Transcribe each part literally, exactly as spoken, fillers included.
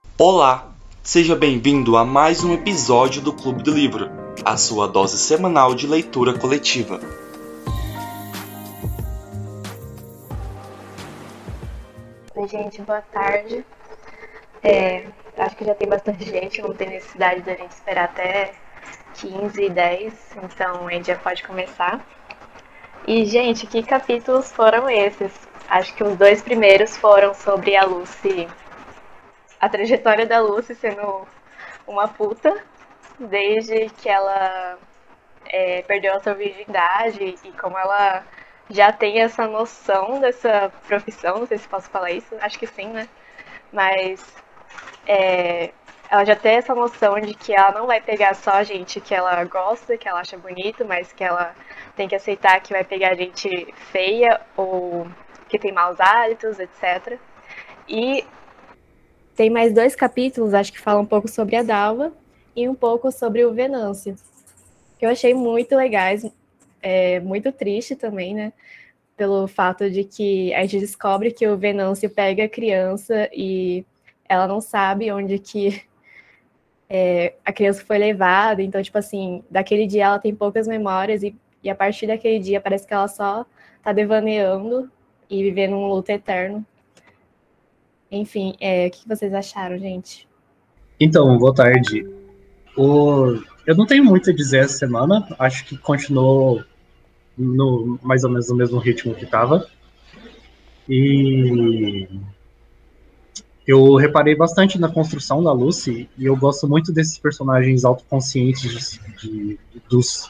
Olá, seja bem-vindo a mais um episódio do Clube do Livro, a sua dose semanal de leitura coletiva. Oi, gente, boa tarde. É, acho que já tem bastante gente, não tem necessidade da gente esperar até quinze e dez, então a gente já pode começar. E, gente, que capítulos foram esses? Acho que os dois primeiros foram sobre a Lucy, a trajetória da Lucy sendo uma puta, desde que ela é, perdeu a sua virgindade e como ela já tem essa noção dessa profissão, não sei se posso falar isso, acho que sim, né? Mas é, ela já tem essa noção de que ela não vai pegar só a gente que ela gosta, que ela acha bonito, mas que ela tem que aceitar que vai pegar gente feia ou que tem maus hábitos, etcétera. E tem mais dois capítulos, acho que falam um pouco sobre a Dalva e um pouco sobre o Venâncio, que eu achei muito legais, é, muito triste também, né? Pelo fato de que a gente descobre que o Venâncio pega a criança e ela não sabe onde que é, a criança foi levada. Então, tipo assim, daquele dia ela tem poucas memórias e, e a partir daquele dia parece que ela só tá devaneando e vivendo um luto eterno. Enfim, é, o que vocês acharam, gente? Então, boa tarde. O... Eu não tenho muito a dizer essa semana. Acho que continuou no mais ou menos no mesmo ritmo que estava. E eu reparei bastante na construção da Lucy e eu gosto muito desses personagens autoconscientes de, de, dos,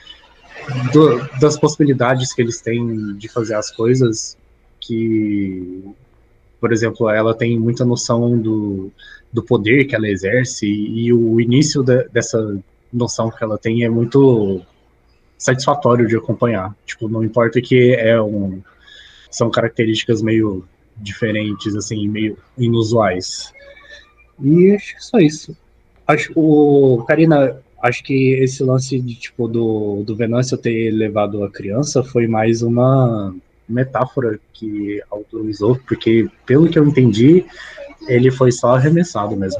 do, das possibilidades que eles têm de fazer as coisas. Que, por exemplo, ela tem muita noção do, do poder que ela exerce e, e o início de, dessa noção que ela tem é muito satisfatório de acompanhar. Tipo, não importa que é um, são características meio diferentes, assim, meio inusuais. E acho que só isso. Acho, o, Karina, acho que esse lance de, tipo, do, do Venâncio ter levado a criança foi mais uma metáfora que a autor usou, porque, pelo que eu entendi, ele foi só arremessado mesmo.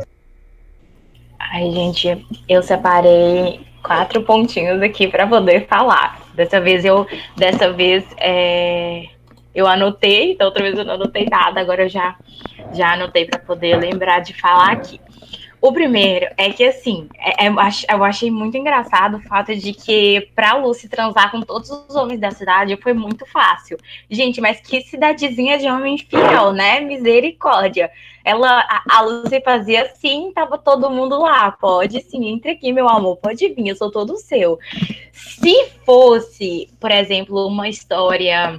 Ai, gente, eu separei quatro pontinhos aqui para poder falar. Dessa vez eu, dessa vez é, eu anotei, da outra vez eu não anotei nada, agora eu já, já anotei para poder lembrar de falar aqui. O primeiro é que, assim, é, é, eu achei muito engraçado o fato de que pra Lucy transar com todos os homens da cidade foi muito fácil. Gente, mas que cidadezinha de homem fiel, né? Misericórdia. Ela, a, a Lucy fazia assim, tava todo mundo lá. Pode sim, entre aqui, meu amor, pode vir, eu sou todo seu. Se fosse, por exemplo, uma história...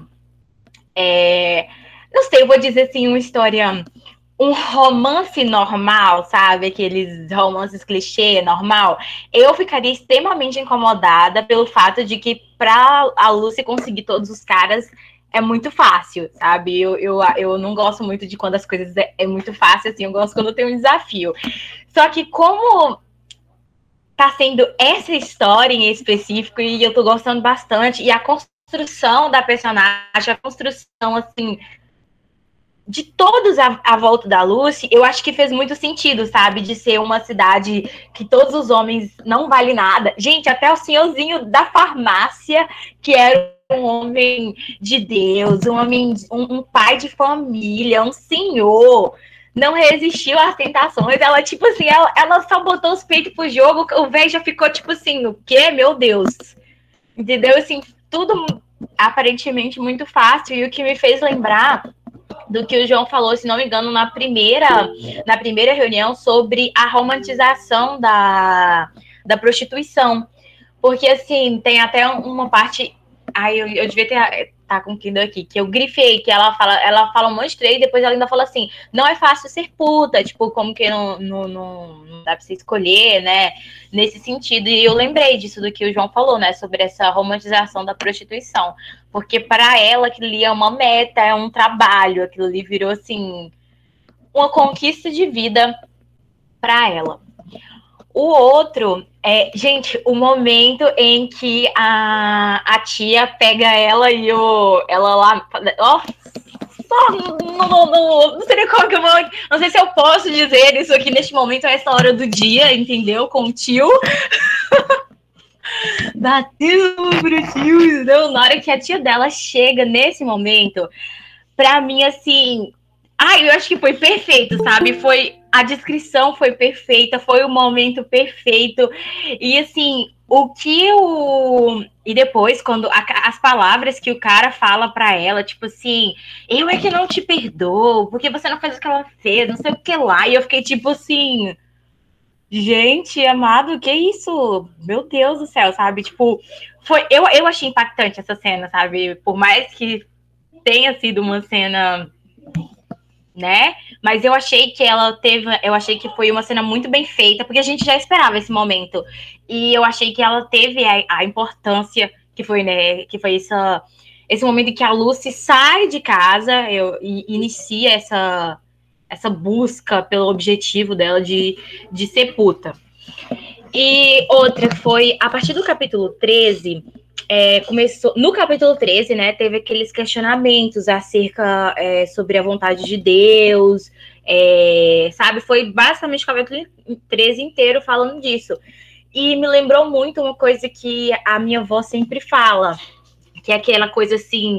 É, não sei, eu vou dizer assim, uma história... um romance normal, sabe? Aqueles romances clichê normal, eu ficaria extremamente incomodada pelo fato de que pra a Lucy conseguir todos os caras é muito fácil, sabe? Eu, eu, eu não gosto muito de quando as coisas é, é muito fácil, assim, eu gosto quando tem um desafio. Só que como tá sendo essa história em específico, e eu tô gostando bastante, e a construção da personagem, a construção, assim... de todos à, à volta da Lucy, eu acho que fez muito sentido, sabe? De ser uma cidade que todos os homens não valem nada. Gente, até o senhorzinho da farmácia, que era um homem de Deus, um homem, um, um pai de família, um senhor, não resistiu às tentações. Ela, tipo assim, ela, ela só botou os peitos pro jogo, o velho já ficou, tipo assim, o quê? Meu Deus. Entendeu? Assim, tudo aparentemente muito fácil. E o que me fez lembrar do que o João falou, se não me engano, na primeira, na primeira reunião sobre a romantização da, da prostituição. Porque, assim, tem até uma parte... Ai, eu, eu devia ter... Tá com o Kindle aqui, que eu grifei, que ela fala, ela fala um monte de três, e depois ela ainda fala assim, não é fácil ser puta, tipo, como que não, não, não, não dá pra você escolher, né? Nesse sentido. E eu lembrei disso do que o João falou, né? Sobre essa romantização da prostituição. Porque para ela aquilo ali é uma meta, é um trabalho, aquilo ali virou, assim, uma conquista de vida para ela. O outro é, gente, o momento em que a, a tia pega ela e o, ela lá, ó, só não, não, não, não sei nem como que eu vou. Não sei se eu posso dizer isso aqui neste momento, a essa hora do dia, entendeu? Com o tio. Bateu pro tio. Não, na hora que a tia dela chega nesse momento, pra mim, assim. Ai, eu acho que foi perfeito, sabe? Foi. A descrição foi perfeita, foi o momento perfeito. E assim, o que o. E depois, quando a, as palavras que o cara fala pra ela, tipo assim, eu é que não te perdoo, porque você não fez o que ela fez, não sei o que lá. E eu fiquei tipo assim, gente, amado, que isso? Meu Deus do céu, sabe? Tipo, foi. Eu, eu achei impactante essa cena, sabe? Por mais que tenha sido uma cena, né? Mas eu achei que ela teve, eu achei que foi uma cena muito bem feita, porque a gente já esperava esse momento. E eu achei que ela teve a, a importância que foi, né, que foi essa, esse momento em que a Lucy sai de casa eu, e inicia essa, essa busca pelo objetivo dela de, de ser puta. E outra foi, a partir do capítulo treze, é, começou, no capítulo treze, né, teve aqueles questionamentos acerca é, sobre a vontade de Deus, é, sabe, foi basicamente o capítulo treze inteiro falando disso, e me lembrou muito uma coisa que a minha avó sempre fala, que é aquela coisa assim,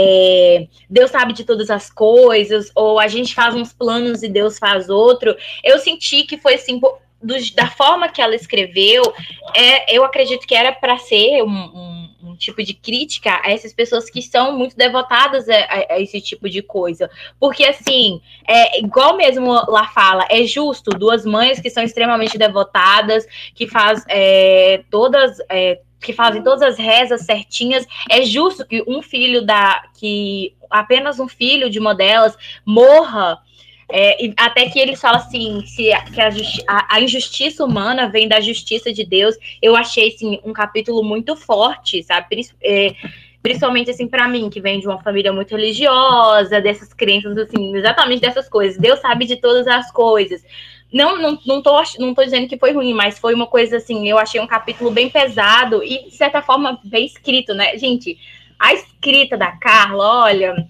é, Deus sabe de todas as coisas, ou a gente faz uns planos e Deus faz outro. Eu senti que foi assim, do, da forma que ela escreveu, é, eu acredito que era para ser um, um, um tipo de crítica a essas pessoas que são muito devotadas a, a, a esse tipo de coisa. Porque, assim, é, igual mesmo lá fala, é justo duas mães que são extremamente devotadas, que faz é, todas... É, que fazem todas as rezas certinhas, é justo que um filho da... que apenas um filho de uma delas morra, é, e até que eles falam assim, se a, que a, justi a, a injustiça humana vem da justiça de Deus. Eu achei, assim, um capítulo muito forte, sabe? É, principalmente, assim, para mim, que vem de uma família muito religiosa, dessas crenças, assim, exatamente dessas coisas. Deus sabe de todas as coisas. Não, não, não, tô, não tô dizendo que foi ruim, mas foi uma coisa assim, eu achei um capítulo bem pesado e, de certa forma, bem escrito, né? Gente, a escrita da Carla, olha,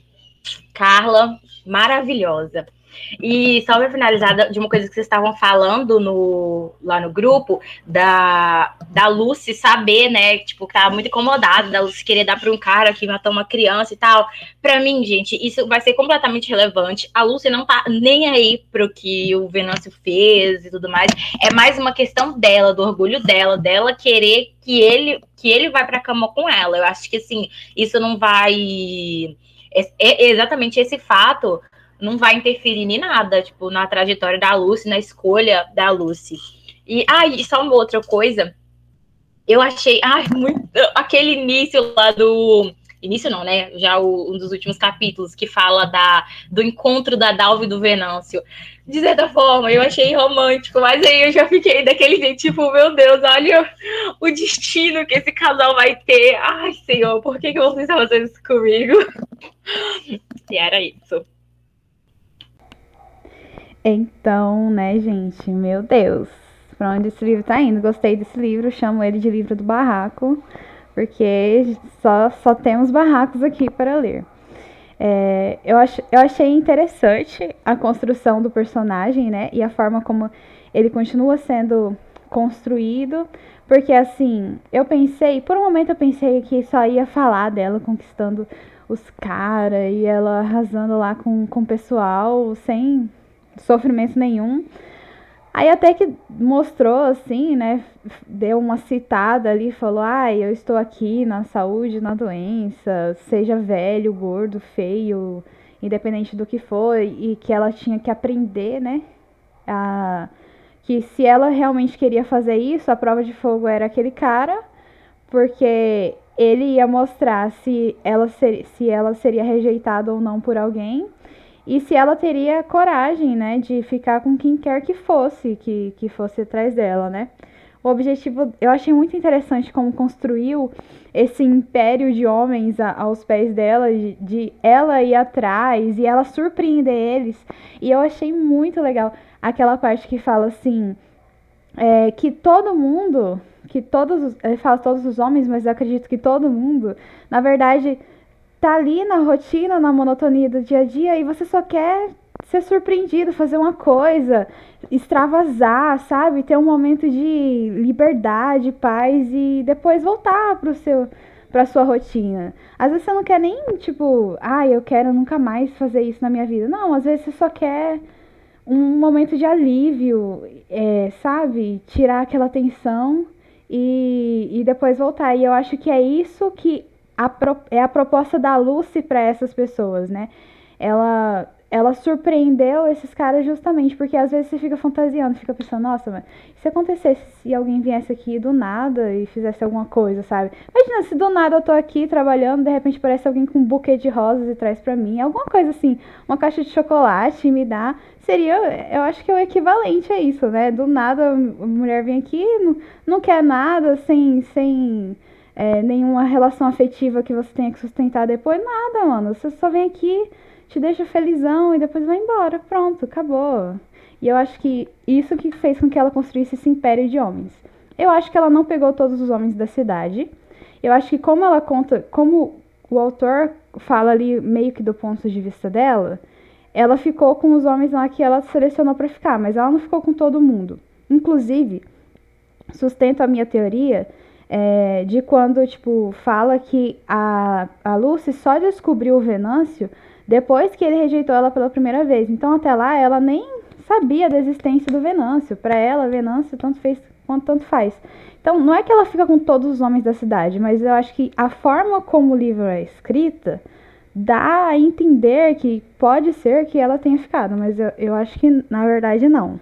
Carla, maravilhosa. E só para finalizar, de uma coisa que vocês estavam falando no, lá no grupo, da, da Lucy saber, né, tipo, que tava muito incomodada, da Lucy querer dar para um cara que matou uma criança e tal. Para mim, gente, isso vai ser completamente relevante. A Lucy não tá nem aí pro que o Venâncio fez e tudo mais. É mais uma questão dela, do orgulho dela, dela querer que ele, que ele vai pra cama com ela. Eu acho que, assim, isso não vai... É, é exatamente esse fato não vai interferir em nada, tipo, na trajetória da Lucy, na escolha da Lucy. E, ah, e só uma outra coisa, eu achei, ai, muito, aquele início lá do, início não, né, já o, um dos últimos capítulos, que fala da, do encontro da Dalva e do Venâncio, de certa forma, eu achei romântico, mas aí eu já fiquei daquele jeito, tipo, meu Deus, olha o destino que esse casal vai ter, ai, Senhor, por que que você está fazendo isso comigo? E era isso. Então, né, gente, meu Deus, pra onde esse livro tá indo? Gostei desse livro, chamo ele de livro do barraco, porque só, só temos barracos aqui para ler. É, eu, ach, eu achei interessante a construção do personagem, né, e a forma como ele continua sendo construído, porque, assim, eu pensei, por um momento eu pensei que só ia falar dela conquistando os caras e ela arrasando lá com, com o pessoal, sem sofrimento nenhum. Aí até que mostrou assim, né, deu uma citada ali, falou, ai, eu estou aqui na saúde, na doença, seja velho, gordo, feio, independente do que for, e que ela tinha que aprender, né, a, que se ela realmente queria fazer isso, a prova de fogo era aquele cara, porque ele ia mostrar se ela, ser, se ela seria rejeitada ou não por alguém, e se ela teria coragem, né, de ficar com quem quer que fosse, que, que fosse atrás dela, né. O objetivo, eu achei muito interessante como construiu esse império de homens a, aos pés dela, de, de ela ir atrás e ela surpreender eles. E eu achei muito legal aquela parte que fala assim, é, que todo mundo, que todos, ele fala todos os homens, mas eu acredito que todo mundo, na verdade... tá ali na rotina, na monotonia do dia a dia e você só quer ser surpreendido, fazer uma coisa, extravasar, sabe? Ter um momento de liberdade, paz e depois voltar pro seu, pra sua rotina. Às vezes você não quer nem, tipo, ah, eu quero nunca mais fazer isso na minha vida. Não, às vezes você só quer um momento de alívio, é, sabe? Tirar aquela tensão e, e depois voltar. E eu acho que é isso que a pro, é a proposta da Lucy para essas pessoas, né? Ela, ela surpreendeu esses caras justamente porque às vezes você fica fantasiando, fica pensando, nossa, mas se acontecesse se alguém viesse aqui do nada e fizesse alguma coisa, sabe? Imagina se do nada eu tô aqui trabalhando, de repente aparece alguém com um buquê de rosas e traz pra mim, alguma coisa assim, uma caixa de chocolate e me dá, seria, eu acho que é o equivalente a isso, né? Do nada a mulher vem aqui, não, não quer nada, sem, sem é, nenhuma relação afetiva que você tenha que sustentar depois, nada, mano, você só vem aqui, te deixa felizão e depois vai embora, pronto, acabou. E eu acho que isso que fez com que ela construísse esse império de homens. Eu acho que ela não pegou todos os homens da cidade. Eu acho que como ela conta, como o autor fala ali meio que do ponto de vista dela, ela ficou com os homens lá que ela selecionou para ficar, mas ela não ficou com todo mundo. Inclusive, sustento a minha teoria é, de quando, tipo, fala que a, a Lucy só descobriu o Venâncio depois que ele rejeitou ela pela primeira vez. Então, até lá, ela nem sabia da existência do Venâncio. Para ela, Venâncio tanto fez quanto tanto faz. Então, não é que ela fica com todos os homens da cidade, mas eu acho que a forma como o livro é escrita dá a entender que pode ser que ela tenha ficado, mas eu, eu acho que, na verdade, não.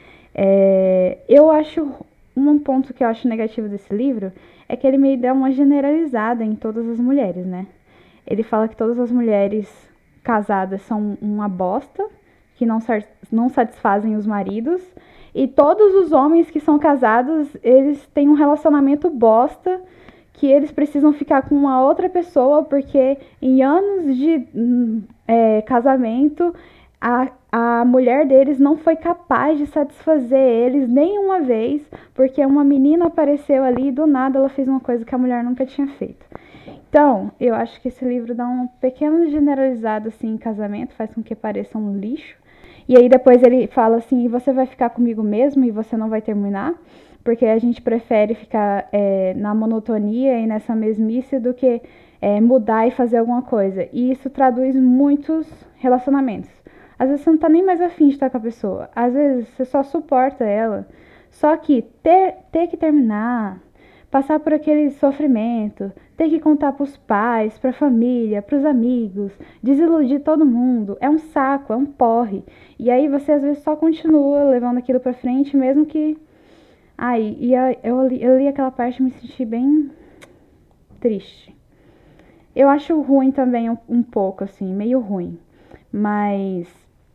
É, eu acho, um ponto que eu acho negativo desse livro é que ele meio dá uma generalizada em todas as mulheres, né? Ele fala que todas as mulheres casadas são uma bosta, que não, não satisfazem os maridos, e todos os homens que são casados, eles têm um relacionamento bosta, que eles precisam ficar com uma outra pessoa, porque em anos de é, casamento, a, a mulher deles não foi capaz de satisfazer eles nenhuma vez, porque uma menina apareceu ali e do nada ela fez uma coisa que a mulher nunca tinha feito. Então, eu acho que esse livro dá um pequeno generalizado assim em casamento, faz com que pareça um lixo. E aí depois ele fala assim, você vai ficar comigo mesmo e você não vai terminar? Porque a gente prefere ficar é, na monotonia e nessa mesmice do que é, mudar e fazer alguma coisa. E isso traduz muitos relacionamentos. Às vezes você não tá nem mais afim de estar com a pessoa. Às vezes você só suporta ela. Só que ter, ter que terminar, passar por aquele sofrimento, ter que contar pros pais, pra família, pros amigos, desiludir todo mundo, é um saco, é um porre. E aí você às vezes só continua levando aquilo pra frente, mesmo que... Ai, e eu, eu, li, eu li aquela parte e me senti bem triste. Eu acho ruim também um, um pouco, assim, meio ruim. Mas...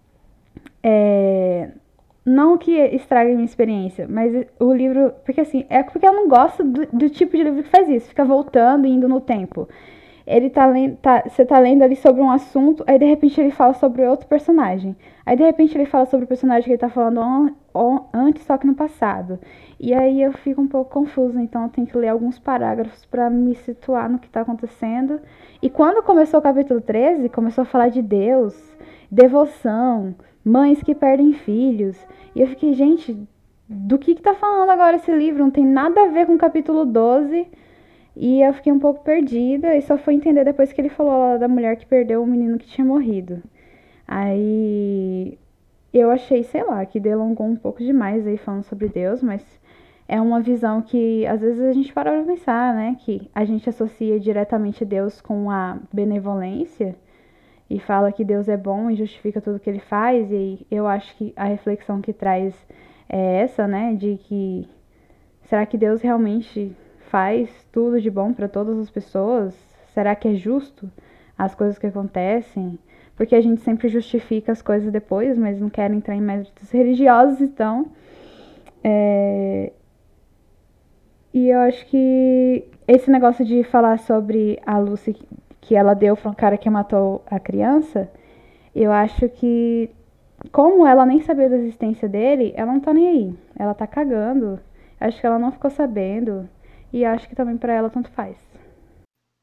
É... Não que estrague a minha experiência, mas o livro... Porque assim, é porque eu não gosto do, do tipo de livro que faz isso. Fica voltando e indo no tempo. Ele tá lendo... Tá, você tá lendo ali sobre um assunto, aí de repente ele fala sobre outro personagem. Aí de repente ele fala sobre o personagem que ele tá falando on, on, antes, só que no passado. E aí eu fico um pouco confusa, então eu tenho que ler alguns parágrafos pra me situar no que tá acontecendo. E quando começou o capítulo treze, começou a falar de Deus, devoção, mães que perdem filhos. E eu fiquei, gente, do que que tá falando agora esse livro? Não tem nada a ver com o capítulo doze. E eu fiquei um pouco perdida e só fui entender depois que ele falou da mulher que perdeu o menino que tinha morrido. Aí eu achei, sei lá, que delongou um pouco demais aí falando sobre Deus, mas é uma visão que às vezes a gente para pra pensar, né? Que a gente associa diretamente Deus com a benevolência e fala que Deus é bom e justifica tudo que ele faz, e eu acho que a reflexão que traz é essa, né? De que será que Deus realmente faz tudo de bom para todas as pessoas? Será que é justo as coisas que acontecem? Porque a gente sempre justifica as coisas depois, mas não quer entrar em méritos religiosos, então... É... E eu acho que esse negócio de falar sobre a Lucy que ela deu para um cara que matou a criança, eu acho que, como ela nem sabia da existência dele, ela não tá nem aí. Ela tá cagando. Acho que ela não ficou sabendo. E acho que também pra ela tanto faz.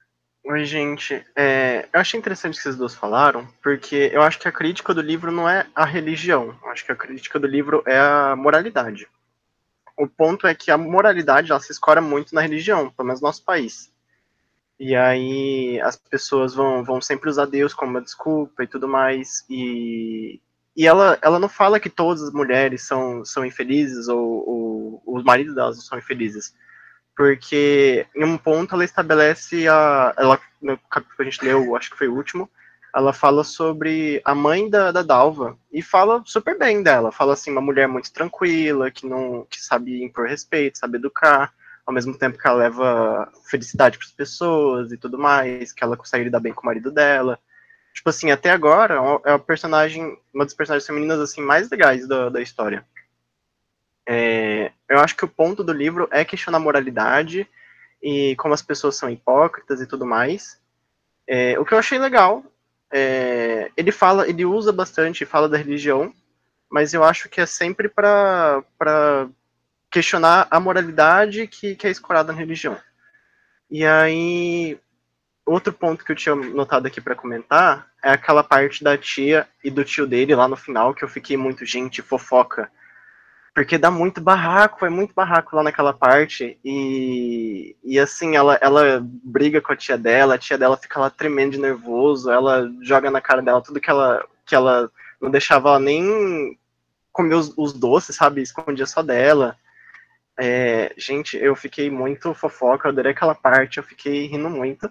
Oi, gente. É, eu achei interessante o que vocês duas falaram, porque eu acho que a crítica do livro não é a religião. Eu acho que a crítica do livro é a moralidade. O ponto é que a moralidade ela se escora muito na religião, pelo menos no nosso país. E aí as pessoas vão, vão sempre usar Deus como uma desculpa e tudo mais. E, e ela, ela não fala que todas as mulheres são, são infelizes ou, ou os maridos delas não são infelizes. Porque em um ponto ela estabelece a. Ela, no capítulo que a gente leu, acho que foi o último, ela fala sobre a mãe da, da Dalva e fala super bem dela. Fala assim, uma mulher muito tranquila, que não que sabe impor respeito, sabe educar, ao mesmo tempo que ela leva felicidade para as pessoas e tudo mais, que ela consegue lidar bem com o marido dela. Tipo assim, até agora é a personagem, uma das personagens femininas assim mais legais da, da história. É, eu acho que o ponto do livro é questionar a moralidade e como as pessoas são hipócritas e tudo mais. É, o que eu achei legal, é, ele fala, ele usa bastante, fala da religião, mas eu acho que é sempre para questionar a moralidade que, que é escorada na religião. E aí, outro ponto que eu tinha notado aqui para comentar é aquela parte da tia e do tio dele lá no final, que eu fiquei muito, gente, fofoca. Porque dá muito barraco, é muito barraco lá naquela parte. E, e assim, ela, ela briga com a tia dela, a tia dela fica lá tremendo de nervoso, ela joga na cara dela tudo que ela, que ela não deixava ela nem comer os, os doces, sabe? Escondia só dela. É, gente, eu fiquei muito fofoca, eu adorei aquela parte, eu fiquei rindo muito.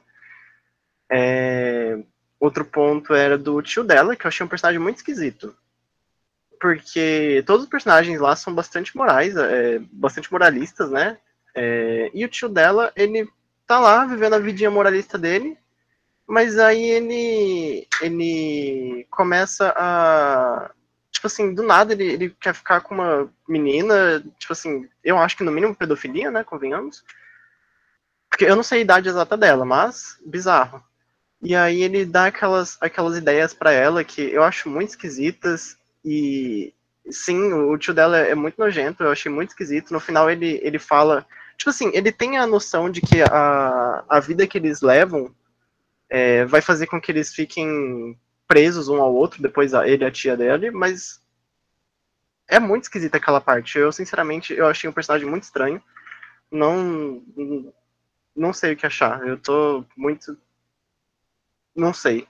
É, outro ponto era do tio dela, que eu achei um personagem muito esquisito. Porque todos os personagens lá são bastante morais, é, bastante moralistas, né? É, e o tio dela, ele tá lá vivendo a vidinha moralista dele, mas aí ele, ele começa a... Tipo assim, do nada ele, ele quer ficar com uma menina, tipo assim, eu acho que no mínimo pedofilia, né? Convenhamos. Porque eu não sei a idade exata dela, mas bizarro. E aí ele dá aquelas, aquelas ideias para ela que eu acho muito esquisitas. E sim, o tio dela é muito nojento, eu achei muito esquisito. No final ele, ele fala. Tipo assim, ele tem a noção de que a, a vida que eles levam é, vai fazer com que eles fiquem presos um ao outro, depois a, ele e a tia dele, mas é muito esquisita aquela parte. Eu, sinceramente, eu achei um personagem muito estranho. Não, não sei o que achar. Eu tô muito. Não sei.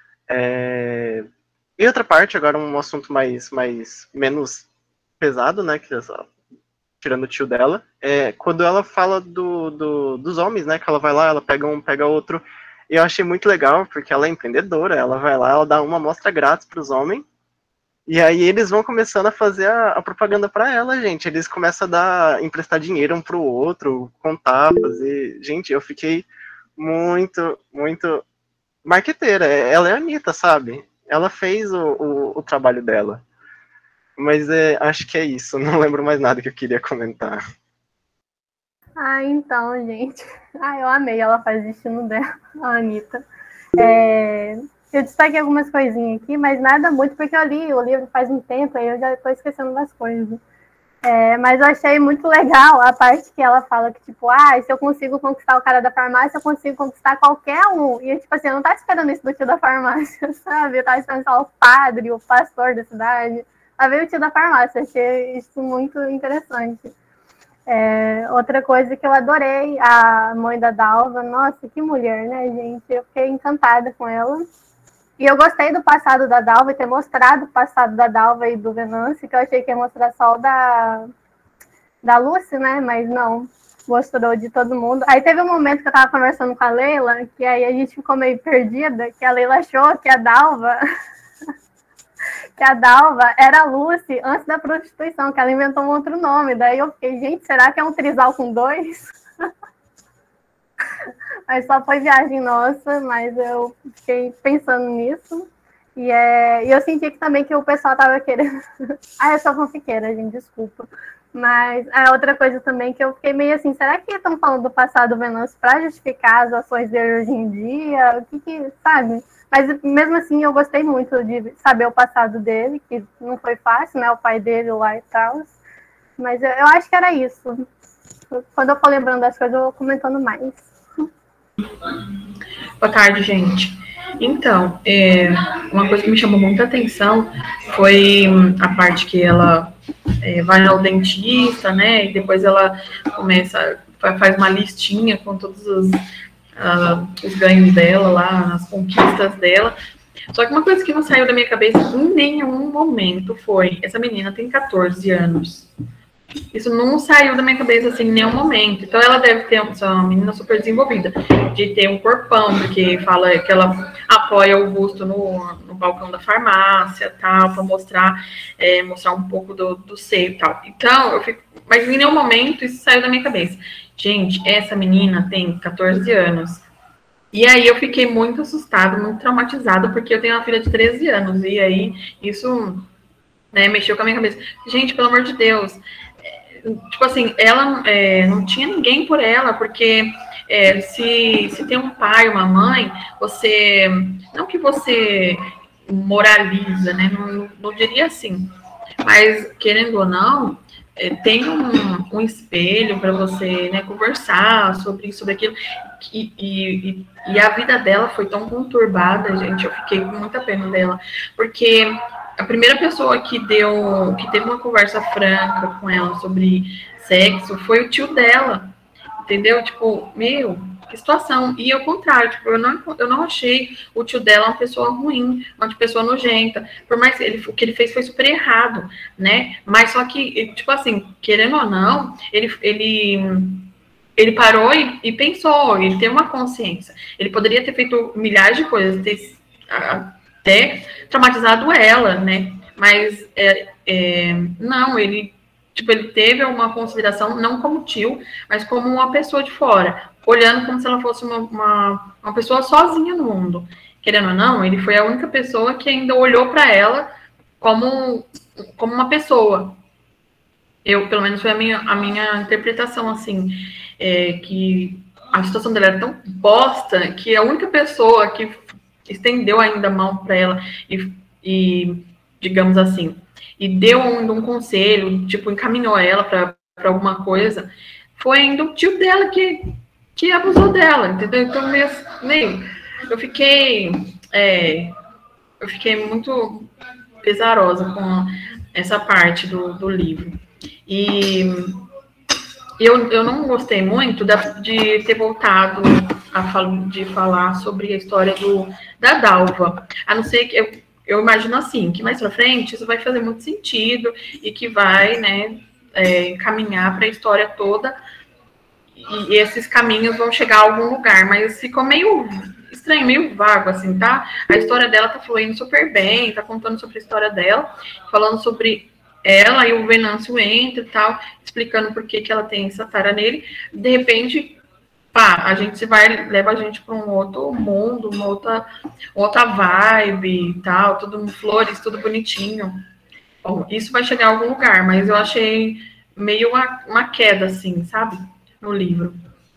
É... E outra parte, agora um assunto mais, mais menos pesado, né? Que é só, tirando o tio dela, é quando ela fala do, do, dos homens, né? Que ela vai lá, ela pega um, pega outro. E eu achei muito legal, porque ela é empreendedora, ela vai lá, ela dá uma amostra grátis para os homens. E aí eles vão começando a fazer a, a propaganda para ela, gente. Eles começam a dar, emprestar dinheiro um pro outro, contar, fazer. Gente, eu fiquei muito, muito marqueteira. Ela é a Anitta, sabe? Ela fez o, o, o trabalho dela. Mas é, acho que é isso. Não lembro mais nada que eu queria comentar. Ah, então, gente. Ah, eu amei. Ela faz o destino dela, a Anitta. É... Eu destaquei algumas coisinhas aqui, mas nada muito, porque eu li o livro faz um tempo, aí eu já estou esquecendo das coisas. É, mas eu achei muito legal a parte que ela fala que, tipo, ah, se eu consigo conquistar o cara da farmácia, eu consigo conquistar qualquer um. E, tipo assim, eu não tava esperando isso do tio da farmácia, sabe? Eu tava esperando só o padre, o pastor da cidade. Aí veio o tio da farmácia, achei isso muito interessante. É, outra coisa que eu adorei, a mãe da Dalva, nossa, que mulher, né, gente? Eu fiquei encantada com ela. E eu gostei do passado da Dalva e ter mostrado o passado da Dalva e do Venâncio, que eu achei que ia mostrar só o da, da Lucy, né? Mas não, mostrou de todo mundo. Aí teve um momento que eu tava conversando com a Leila, que aí a gente ficou meio perdida, que a Leila achou que a Dalva... que a Dalva era a Lucy antes da prostituição, que ela inventou um outro nome. Daí eu fiquei, gente, será que é um trisal com dois? Aí só foi viagem nossa, mas eu fiquei pensando nisso. E é, eu senti que também que o pessoal tava querendo... ah, eu sou fanfiqueira, gente, desculpa. Mas a outra coisa também que eu fiquei meio assim, será que estão falando do passado do Venâncio para justificar as ações dele hoje em dia? O que que, sabe? Mas mesmo assim eu gostei muito de saber o passado dele, que não foi fácil, né? O pai dele lá e tal. Mas eu, eu acho que era isso. Quando eu for lembrando das coisas, eu vou comentando mais. Boa tarde, gente. Então, é, uma coisa que me chamou muita atenção foi a parte que ela é, vai ao dentista, né? E depois ela começa, faz uma listinha com todos os, uh, os ganhos dela lá, as conquistas dela. Só que uma coisa que não saiu da minha cabeça em nenhum momento foi: essa menina tem catorze anos. Isso não saiu da minha cabeça assim em nenhum momento. Então ela deve ter uma menina super desenvolvida, de ter um corpão, porque fala que ela apoia o busto no, no balcão da farmácia, tal, para mostrar, é, mostrar um pouco do, do seio e tal. Então, eu fico. Mas em nenhum momento isso saiu da minha cabeça. Gente, essa menina tem catorze anos. E aí eu fiquei muito assustada, muito traumatizada, porque eu tenho uma filha de treze anos. E aí isso, né, mexeu com a minha cabeça. Gente, pelo amor de Deus. Tipo assim, ela é, não tinha ninguém por ela, porque é, se, se tem um pai, uma mãe, você, não que você moraliza, né, não, não diria assim, mas querendo ou não, é, tem um, um espelho para você, né, conversar sobre isso, sobre aquilo, e, e, e a vida dela foi tão conturbada, gente, eu fiquei com muita pena dela, porque a primeira pessoa que deu, que teve uma conversa franca com ela sobre sexo foi o tio dela, entendeu? Tipo, meu, que situação. E ao contrário, tipo, eu não, eu não achei o tio dela uma pessoa ruim, uma pessoa nojenta. Por mais que ele, o que ele fez foi super errado, né? Mas só que, tipo assim, querendo ou não, ele, ele, ele parou e, e pensou, ele teve uma consciência. Ele poderia ter feito milhares de coisas, ter, até traumatizado ela, né? Mas é, é, não, ele, tipo, ele teve uma consideração não como tio, mas como uma pessoa de fora, olhando como se ela fosse uma, uma, uma pessoa sozinha no mundo. Querendo ou não, ele foi a única pessoa que ainda olhou para ela como, como uma pessoa. Eu, pelo menos, foi a minha, a minha interpretação, assim, é, que a situação dela era tão bosta que a única pessoa que estendeu ainda a mão para ela e, e, digamos assim, e deu ainda um conselho, tipo, encaminhou ela para alguma coisa, foi ainda o tio dela que, que abusou dela, entendeu? Então, meio, meio eu fiquei, é, eu fiquei muito pesarosa com essa parte do, do livro. E eu, eu não gostei muito da, de ter voltado a fal, de falar sobre a história do, da Dalva. A não ser que eu, eu imagino assim, que mais pra frente isso vai fazer muito sentido e que vai, né, é, encaminhar para a história toda e, e esses caminhos vão chegar a algum lugar, mas ficou meio estranho, meio vago, assim, tá? A história dela tá fluindo super bem, tá contando sobre a história dela, falando sobre ela e o Venâncio entra e tal, explicando por que, que ela tem essa tara nele. De repente, pá, a gente vai, leva a gente para um outro mundo, uma outra, outra vibe e tal, tudo flores, tudo bonitinho. Bom, isso vai chegar a algum lugar, mas eu achei meio uma, uma queda, assim, sabe? No livro.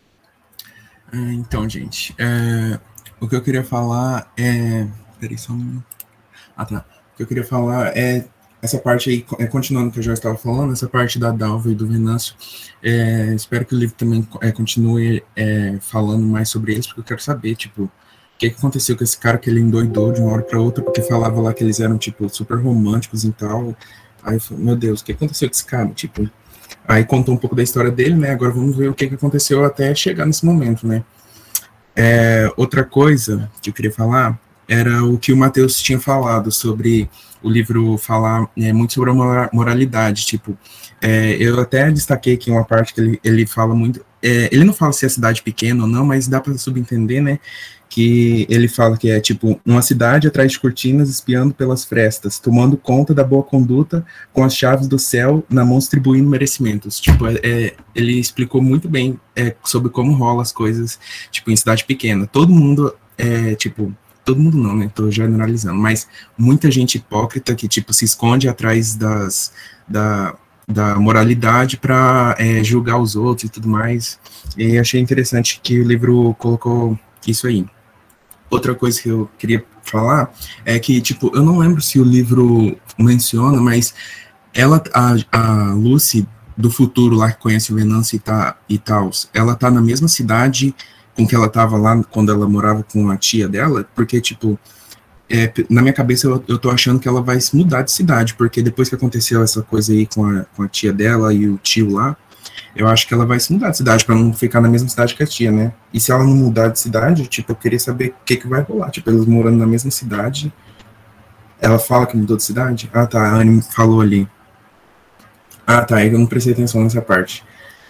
Então, gente, é, o que eu queria falar é... Peraí, só um... Ah, tá. O que eu queria falar é essa parte aí, continuando o que eu já estava falando, essa parte da Dalva e do Venâncio, é, espero que o livro também é, continue é, falando mais sobre eles, porque eu quero saber, tipo, o que, que aconteceu com esse cara que ele endoidou de uma hora para outra, porque falava lá que eles eram, tipo, super românticos e tal. Aí eu falei, meu Deus, o que aconteceu com esse cara? Tipo, aí contou um pouco da história dele, né? Agora vamos ver o que, que aconteceu até chegar nesse momento, né? É, outra coisa que eu queria falar era o que o Matheus tinha falado sobre o livro falar é, muito sobre a moralidade, tipo, é, eu até destaquei aqui uma parte que ele, ele fala muito, é, ele não fala se é cidade pequena ou não, mas dá para subentender, né, que ele fala que é, tipo, uma cidade atrás de cortinas espiando pelas frestas, tomando conta da boa conduta com as chaves do céu na mão distribuindo merecimentos, tipo, é, ele explicou muito bem é, sobre como rola as coisas, tipo, em cidade pequena, todo mundo, é, tipo, todo mundo não, né, tô generalizando, mas muita gente hipócrita que, tipo, se esconde atrás das, da, da moralidade para é, julgar os outros e tudo mais, e achei interessante que o livro colocou isso aí. Outra coisa que eu queria falar é que, tipo, eu não lembro se o livro menciona, mas ela, a, a Lucy do futuro lá, que conhece o Venâncio e, tá, e tal, ela tá na mesma cidade com que ela tava lá quando ela morava com a tia dela, porque, tipo, é, na minha cabeça eu, eu tô achando que ela vai se mudar de cidade, porque depois que aconteceu essa coisa aí com a, com a tia dela e o tio lá, eu acho que ela vai se mudar de cidade pra não ficar na mesma cidade que a tia, né? E se ela não mudar de cidade, tipo, eu queria saber o que que vai rolar. Tipo, eles morando na mesma cidade. Ela fala que mudou de cidade? Ah, tá, a Anne falou ali. Ah, tá, eu não prestei atenção nessa parte.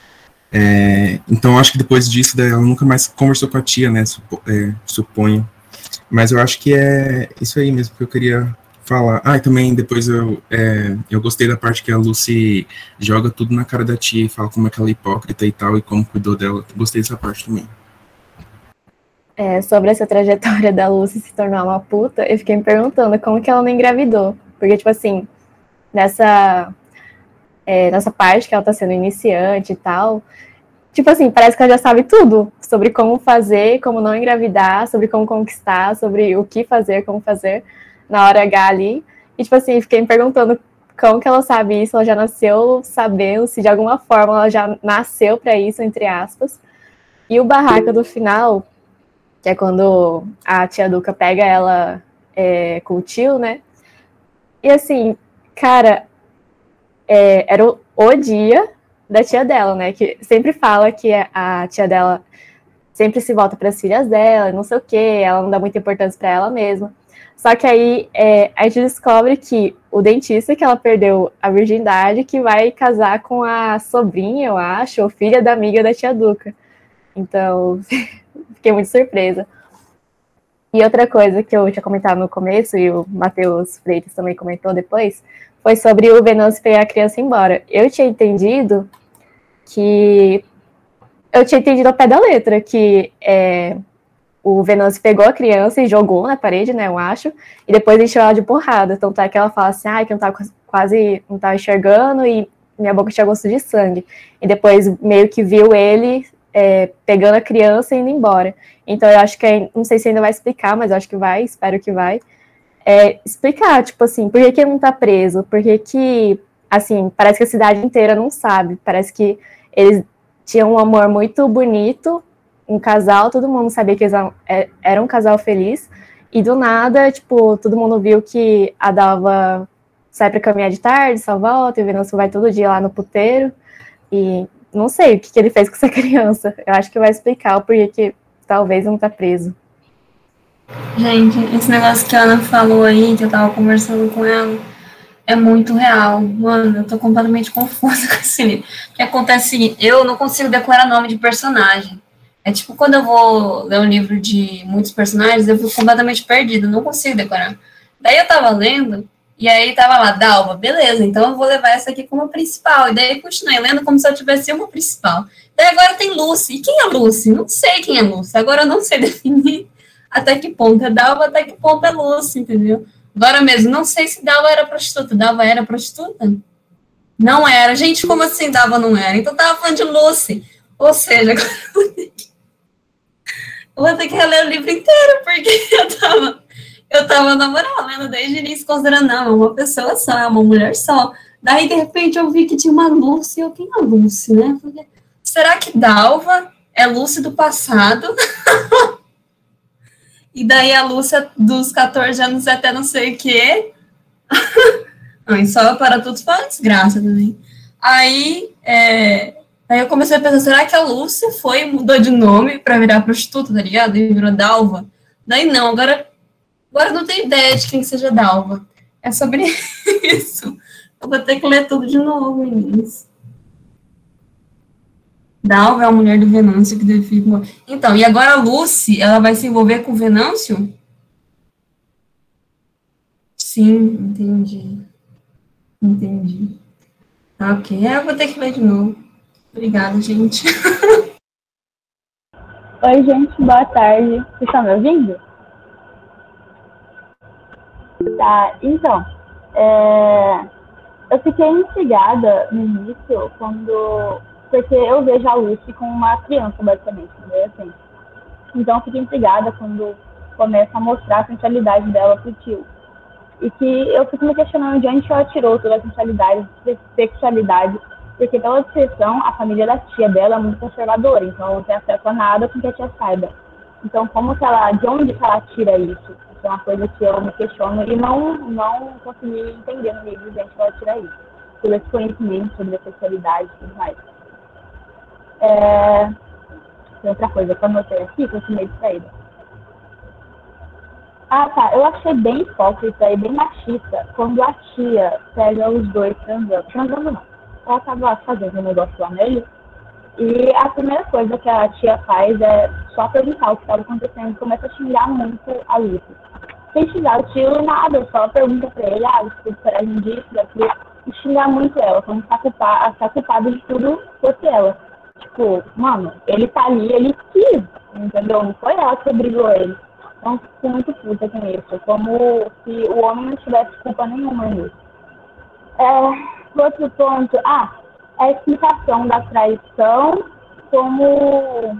É, então, acho que depois disso, daí ela nunca mais conversou com a tia, né? Supo, é, suponho. Mas eu acho que é isso aí mesmo que eu queria falar. Ah, e também depois eu, é, eu gostei da parte que a Lucy joga tudo na cara da tia e fala como é que ela é hipócrita e tal, e como cuidou dela. Gostei dessa parte também. É, sobre essa trajetória da Lucy se tornar uma puta, eu fiquei me perguntando como que ela não engravidou. Porque, tipo assim, nessa, é, nessa parte que ela tá sendo iniciante e tal, tipo assim, parece que ela já sabe tudo sobre como fazer, como não engravidar, sobre como conquistar, sobre o que fazer, como fazer na hora H ali. E, tipo assim, fiquei me perguntando como que ela sabe isso, ela já nasceu sabendo, se de alguma forma ela já nasceu pra isso, entre aspas. E o barraco do final, que é quando a tia Duca pega ela é, com o tio, né? E assim, cara, é, era o, o dia da tia dela, né? Que sempre fala que a tia dela sempre se volta para as filhas dela, não sei o quê, ela não dá muita importância para ela mesma. Só que aí é, a gente descobre que o dentista que ela perdeu a virgindade, que vai casar com a sobrinha, eu acho, ou filha da amiga da tia Duca. Então, fiquei muito surpresa. E outra coisa que eu tinha comentado no começo, e o Matheus Freitas também comentou depois, foi sobre o Venâncio pegar a criança embora. Eu tinha entendido que... Eu tinha entendido ao pé da letra, que é, o Venâncio pegou a criança e jogou na parede, né, eu acho, e depois encheu ela de porrada. Então tá que ela fala assim, ah, que eu não tava quase não tava enxergando e minha boca tinha gosto de sangue. E depois meio que viu ele é, pegando a criança e indo embora. Então eu acho que, é, não sei se ainda vai explicar, mas eu acho que vai, espero que vai, é, explicar, tipo assim, por que que ele não tá preso? Por que que, assim, parece que a cidade inteira não sabe, parece que eles tinham um amor muito bonito, um casal, todo mundo sabia que eles eram um casal feliz, e do nada, tipo, todo mundo viu que a Dalva sai pra caminhar de tarde, só volta, e o Venâncio vai todo dia lá no puteiro, e não sei o que, que ele fez com essa criança. Eu acho que vai explicar o porquê que talvez não tá preso. Gente, esse negócio que a Ana falou aí, que eu tava conversando com ela, é muito real. Mano, eu tô completamente confusa com esse livro. O que acontece é o seguinte, eu não consigo decorar nome de personagem. É tipo quando eu vou ler um livro de muitos personagens, eu fico completamente perdida, não consigo decorar. Daí eu tava lendo, e aí tava lá, Dalva, beleza, então eu vou levar essa aqui como principal. E daí continuei lendo como se eu tivesse uma principal. Daí agora tem Lucy. E quem é Lucy? Não sei quem é Lucy. Agora eu não sei definir até que ponto é Dalva, até que ponto é Lucy, entendeu? Agora mesmo, não sei se Dalva era prostituta. Dalva era prostituta? Não era. Gente, como assim Dalva não era? Então tava falando de Lucy. Ou seja, agora eu vou ter que, eu vou ter que reler o livro inteiro, porque eu tava, eu tava na moral, lendo desde o início, considerando, não, é uma pessoa só, é uma mulher só. Daí, de repente, eu vi que tinha uma Lucy, eu, quem é a Lucy, né? Falei, será que Dalva é Lucy do passado? E daí a Lúcia dos catorze anos até não sei o quê. Não, só para todos foi uma desgraça também. Aí, é, aí eu comecei a pensar, será que a Lúcia foi e mudou de nome para virar prostituta, tá ligado? E virou Dalva? Daí não, agora, agora não tenho ideia de quem seja Dalva. É sobre isso. Eu vou ter que ler tudo de novo, meninas. Dalva é a mulher do Venâncio que deve ficar... Então, e agora a Lucy, ela vai se envolver com o Venâncio? Sim, entendi. Entendi. Ok, eu vou ter que ler de novo. Obrigada, gente. Oi, gente, boa tarde. Vocês estão me ouvindo? Tá, então, é... eu fiquei instigada no início quando... porque eu vejo a Lucy como uma criança, basicamente, né? Assim. Então, eu fiquei intrigada quando começa a mostrar a sensualidade dela pro tio. E que eu fico me questionando de onde ela tirou toda a sensualidade, sexualidade Porque, pela descrição, a família da tia dela é muito conservadora, então ela não tem acesso a nada com que a tia saiba. Então, como que ela, de onde que ela tira isso? Isso é uma coisa que eu me questiono e não, não consegui entender no livro de onde ela tira isso. Todo esse conhecimento sobre a sexualidade e tudo mais. É... Tem outra coisa que eu anotei aqui, que eu fui meio distraída. Ah, tá. Eu achei bem hipócrita e bem machista quando a tia pega os dois transando. Transando não. Ela tava fazendo um negócio lá nele. E a primeira coisa que a tia faz é só perguntar o que estava acontecendo e começa a xingar muito a Lucy. Sem xingar o tio, nada. Só pergunta pra ele, ah, você esperar disso, daquilo. E xingar muito ela, como se a tá culpada de tudo fosse ela. Tipo, mano, ele tá ali, ele quis, entendeu? Não foi ela que obrigou ele. Então, fico muito puta com isso. Como se o homem não tivesse culpa nenhuma nisso. É, outro ponto, ah, a explicação da traição como...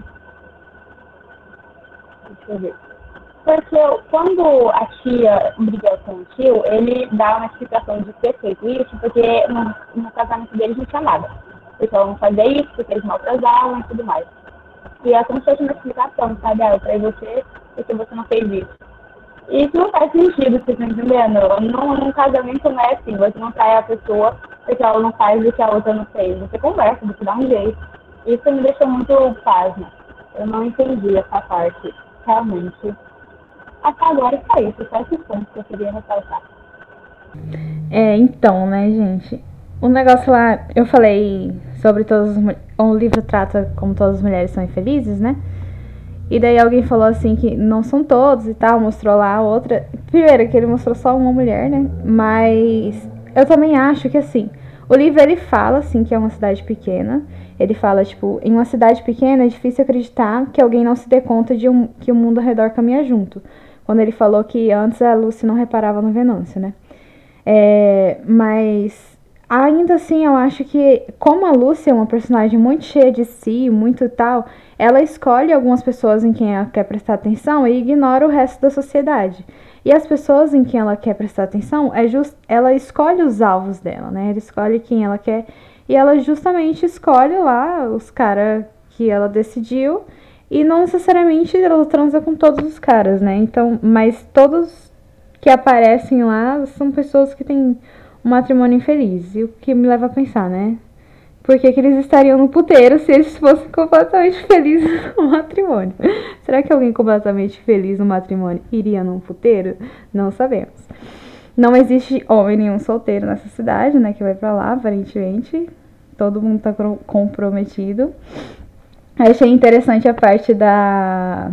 Deixa eu ver. Porque quando a tia brigou com o tio, ele dá uma explicação de ter feito isso, porque no, no casamento deles não tinha nada. Porque ela não fazia isso, porque eles maltrasavam e tudo mais. E é como se fosse uma explicação, sabe? Ah, eu traí você porque você não fez isso. E isso não faz sentido, vocês estão entendendo? Num, num casamento não é assim, você não trai a pessoa porque ela não faz o que a outra não fez. Você conversa, você dá um jeito. Isso me deixou muito pasma. Eu não entendi essa parte, realmente. Até agora é só isso, só esses pontos que eu queria ressaltar. É, então, né, gente? O negócio lá, eu falei sobre todas as mulheres. O livro trata como todas as mulheres são infelizes, né? E daí alguém falou assim que não são todos e tal, mostrou lá a outra. Primeiro que ele mostrou só uma mulher, né? Mas eu também acho que assim, o livro ele fala assim que é uma cidade pequena. Ele fala, tipo, em uma cidade pequena é difícil acreditar que alguém não se dê conta de um, que o mundo ao redor caminha junto. Quando ele falou que antes a Lucy não reparava no Venâncio, né? É, mas ainda assim eu acho que, como a Lucy é uma personagem muito cheia de si, muito tal, ela escolhe algumas pessoas em quem ela quer prestar atenção e ignora o resto da sociedade. E as pessoas em quem ela quer prestar atenção, é just, ela escolhe os alvos dela, né? Ela escolhe quem ela quer e ela justamente escolhe lá os caras que ela decidiu e não necessariamente ela transa com todos os caras, né? Então, mas todos que aparecem lá são pessoas que têm um matrimônio infeliz. E o que me leva a pensar, né? Por que que eles estariam no puteiro se eles fossem completamente felizes no matrimônio? Será que alguém completamente feliz no matrimônio iria num puteiro? Não sabemos. Não existe homem nenhum solteiro nessa cidade, né? Que vai pra lá, aparentemente. Todo mundo tá comprometido. Eu achei interessante a parte da...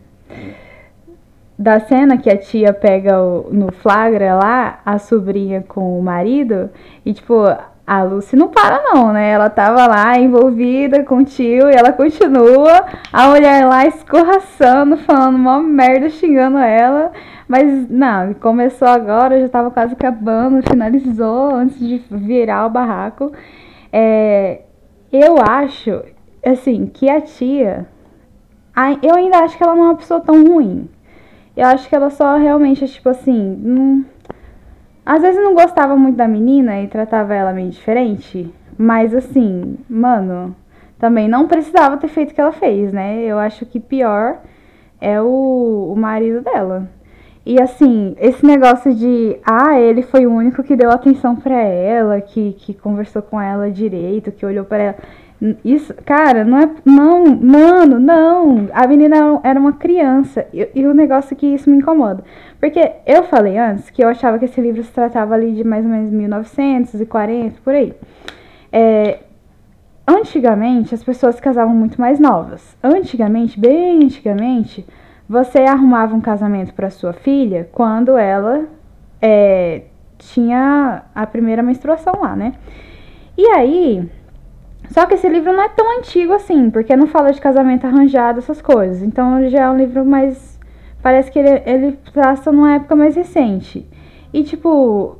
da cena que a tia pega o, no flagra lá, a sobrinha com o marido, e tipo, a Lucy não para não, né? Ela tava lá envolvida com o tio e ela continua, a mulher lá escorraçando, falando mó merda, xingando ela, mas não, começou agora, já tava quase acabando, finalizou antes de virar o barraco. É, eu acho, assim, que a tia, eu ainda acho que ela não é uma pessoa tão ruim. Eu acho que ela só realmente, tipo assim, não... às vezes não gostava muito da menina e tratava ela meio diferente. Mas assim, mano, também não precisava ter feito o que ela fez, né? Eu acho que pior é o, o marido dela. E assim, esse negócio de, ah, ele foi o único que deu atenção pra ela, que, que conversou com ela direito, que olhou pra ela... Isso, cara, não é. Não, mano, não. A menina era uma criança. E, e o negócio é que isso me incomoda. Porque eu falei antes que eu achava que esse livro se tratava ali de mais ou menos mil novecentos e quarenta, por aí. É, antigamente, as pessoas se casavam muito mais novas. Antigamente, bem antigamente, você arrumava um casamento para sua filha quando ela é, tinha a primeira menstruação lá, né? E aí. Só que esse livro não é tão antigo assim, porque não fala de casamento arranjado, essas coisas. Então já é um livro mais... Parece que ele, ele traça numa época mais recente. E tipo...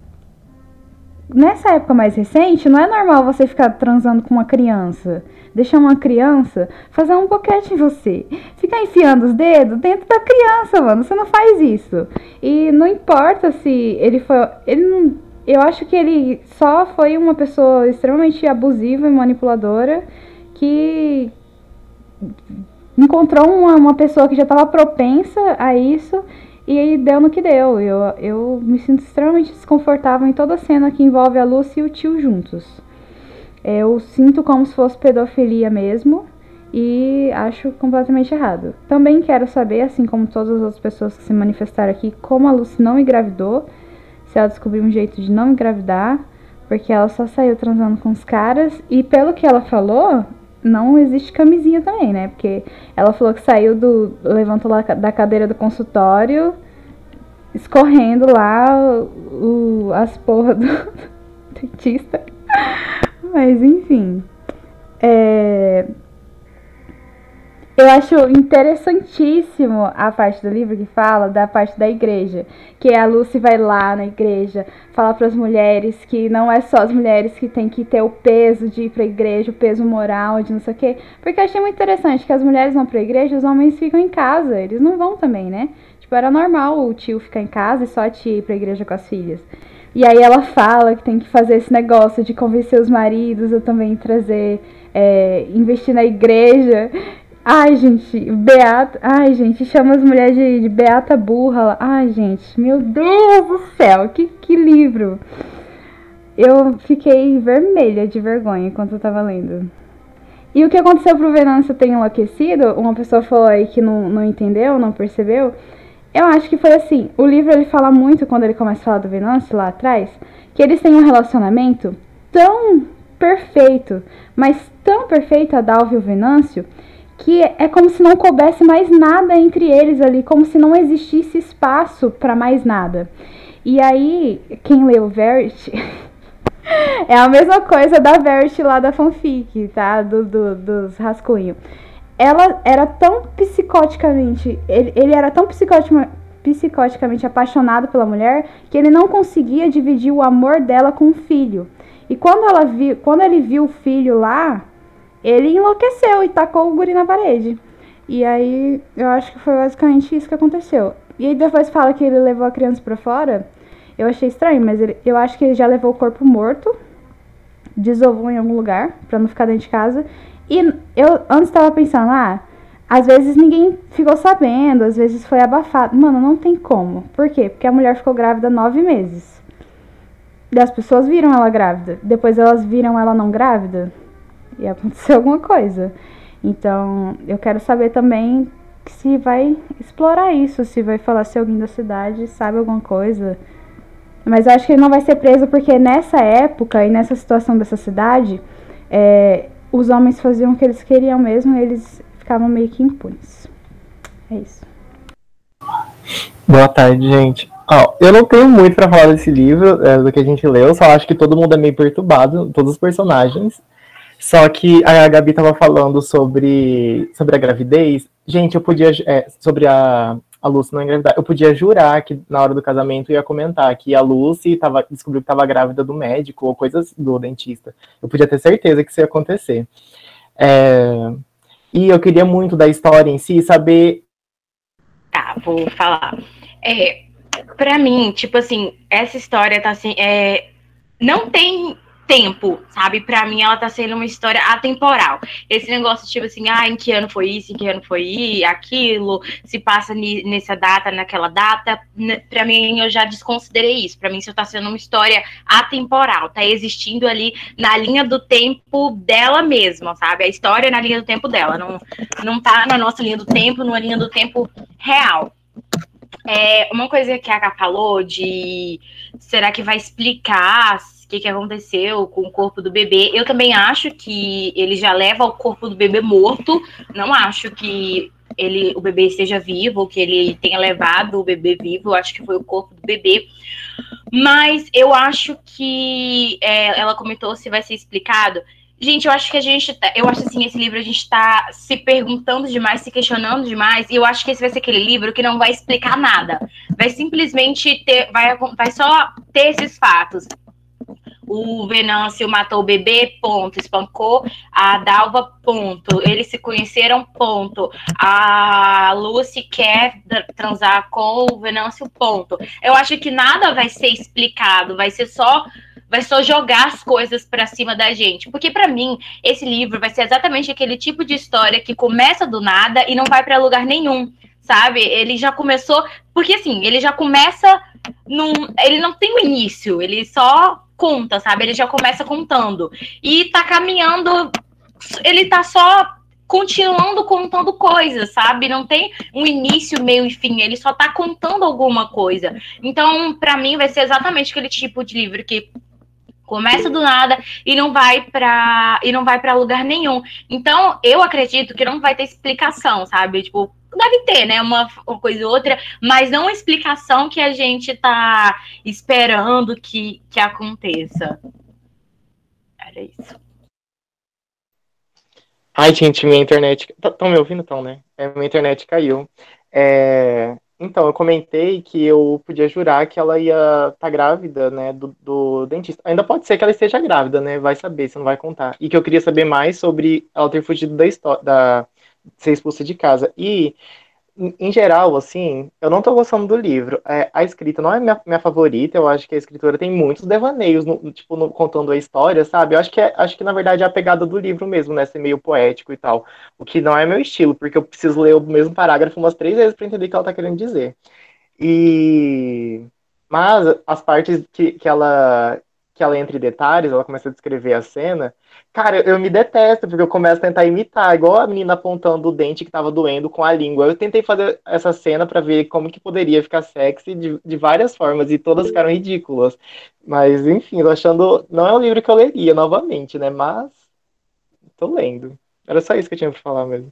Nessa época mais recente, não é normal você ficar transando com uma criança. Deixar uma criança fazer um boquete em você. Ficar enfiando os dedos dentro da criança, mano. Você não faz isso. E não importa se ele foi... Ele não... eu acho que ele só foi uma pessoa extremamente abusiva e manipuladora que encontrou uma, uma pessoa que já estava propensa a isso e aí deu no que deu. Eu, eu me sinto extremamente desconfortável em toda cena que envolve a Lucy e o tio juntos. Eu sinto como se fosse pedofilia mesmo e acho completamente errado. Também quero saber, assim como todas as outras pessoas que se manifestaram aqui, como a Lucy não engravidou, se ela descobriu um jeito de não engravidar, porque ela só saiu transando com os caras e pelo que ela falou, não existe camisinha também, né? Porque ela falou que saiu do... levantou lá da cadeira do consultório, escorrendo lá o, o, as porras do dentista. Mas, enfim. É... Eu acho interessantíssimo a parte do livro que fala da parte da igreja. Que a Lucy vai lá na igreja, fala para as mulheres que não é só as mulheres que tem que ter o peso de ir para a igreja, o peso moral de não sei o quê. Porque eu achei muito interessante que as mulheres vão para a igreja e os homens ficam em casa. Eles não vão também, né? Tipo, era normal o tio ficar em casa e só a tia ir para a igreja com as filhas. E aí ela fala que tem que fazer esse negócio de convencer os maridos a também trazer, é, investir na igreja. Ai, gente, Beata... Ai, gente, chama as mulheres de, de Beata burra. Ai, gente, meu Deus do céu, que, que livro. Eu fiquei vermelha de vergonha enquanto eu tava lendo. E o que aconteceu pro Venâncio ter enlouquecido, uma pessoa falou aí que não, não entendeu, não percebeu. Eu acho que foi assim, o livro ele fala muito, quando ele começa a falar do Venâncio lá atrás, que eles têm um relacionamento tão perfeito, mas tão perfeito, a Dalva e o Venâncio, que é como se não coubesse mais nada entre eles ali, como se não existisse espaço para mais nada. E aí, quem leu Verity, é a mesma coisa da Verity lá da fanfic, tá? Do, do, dos rascunhos. Ela era tão psicoticamente, ele, ele era tão psicoticamente, psicoticamente apaixonado pela mulher, que ele não conseguia dividir o amor dela com o filho. E quando, ela viu, quando ele viu o filho lá, ele enlouqueceu e tacou o guri na parede. E aí, eu acho que foi basicamente isso que aconteceu. E aí depois fala que ele levou a criança pra fora. Eu achei estranho, mas ele, eu acho que ele já levou o corpo morto, desovou em algum lugar, pra não ficar dentro de casa. E eu antes tava pensando, ah, às vezes ninguém ficou sabendo, às vezes foi abafado. Mano, não tem como. Por quê? Porque a mulher ficou grávida nove meses. E as pessoas viram ela grávida. Depois elas viram ela não grávida. E aconteceu alguma coisa. Então, eu quero saber também se vai explorar isso, se vai falar se alguém da cidade sabe alguma coisa. Mas eu acho que ele não vai ser preso porque nessa época e nessa situação dessa cidade, é, os homens faziam o que eles queriam mesmo e eles ficavam meio que impunes. É isso. Boa tarde, gente. Oh, eu não tenho muito pra falar desse livro, é, do que a gente leu, só acho que todo mundo é meio perturbado, todos os personagens. Só que a Gabi tava falando sobre, sobre a gravidez. Gente, eu podia... É, sobre a, a Lucy não engravidar. Eu podia jurar que na hora do casamento ia comentar que a Lucy tava, descobriu que estava grávida do médico ou coisas do dentista. Eu podia ter certeza que isso ia acontecer. É, e eu queria muito da história em si, saber... Tá, vou falar. É, pra mim, tipo assim, essa história tá assim... É, não tem... tempo, sabe? Pra mim ela tá sendo uma história atemporal. Esse negócio tipo assim, ah, em que ano foi isso, em que ano foi aquilo, se passa nessa data, naquela data, pra mim eu já desconsiderei isso. Pra mim isso tá sendo uma história atemporal, tá existindo ali na linha do tempo dela mesma, sabe? A história na linha do tempo dela, não, não tá na nossa linha do tempo, numa linha do tempo real. É, uma coisa que a Ká falou de será que vai explicar o que, que aconteceu com o corpo do bebê? Eu também acho que ele já leva o corpo do bebê morto. Não acho que ele, o bebê esteja vivo, ou que ele tenha levado o bebê vivo. Eu acho que foi o corpo do bebê. Mas eu acho que é, ela comentou se vai ser explicado. Gente, eu acho que a gente, tá, eu acho assim, esse livro a gente tá se perguntando demais, se questionando demais, e eu acho que esse vai ser aquele livro que não vai explicar nada. Vai simplesmente ter, vai, vai só ter esses fatos. o Venâncio matou o bebê, ponto. Espancou a Dalva, ponto. Eles se conheceram, ponto. A Lucy quer transar com o Venâncio, ponto. Eu acho que nada vai ser explicado, vai ser só... vai só jogar as coisas pra cima da gente. Porque pra mim, esse livro vai ser exatamente aquele tipo de história que começa do nada e não vai pra lugar nenhum, sabe? Ele já começou... Porque assim, ele já começa... Num, ele não tem um início, ele só conta, sabe? Ele já começa contando. E tá caminhando... Ele tá só continuando contando coisas, sabe? Não tem um início, meio e fim. Ele só tá contando alguma coisa. Então, pra mim, vai ser exatamente aquele tipo de livro que começa do nada e não vai para e não vai para lugar nenhum. Então, eu acredito que não vai ter explicação, sabe? Tipo, deve ter, né, uma, uma coisa ou outra, mas não uma explicação que a gente tá esperando que, que aconteça. Era isso. Ai, gente, minha internet... Estão me ouvindo? Estão, né? É, minha internet caiu. É... Então, eu comentei que eu podia jurar que ela ia estar tá grávida, né, do, do dentista. Ainda pode ser que ela esteja grávida, né? Vai saber, você não vai contar. E que eu queria saber mais sobre ela ter fugido da história, da ser expulsa de casa. E, em, em geral, assim, eu não tô gostando do livro. É, a escrita não é minha, minha favorita. Eu acho que a escritora tem muitos devaneios, no, tipo, no, contando a história, sabe? Eu acho que, é, acho que, na verdade, é a pegada do livro mesmo, né? Ser meio poético e tal. O que não é meu estilo, porque eu preciso ler o mesmo parágrafo umas três vezes para entender o que ela tá querendo dizer. E... Mas as partes que, que, ela, que ela entra em detalhes, ela começa a descrever a cena, cara, eu, eu me detesto, porque eu começo a tentar imitar, igual a menina apontando o dente que tava doendo com a língua. Eu tentei fazer essa cena para ver como que poderia ficar sexy de, de várias formas, e todas ficaram ridículas. Mas, enfim, tô achando... Não é um livro que eu leria novamente, né? Mas tô lendo. Era só isso que eu tinha pra falar mesmo.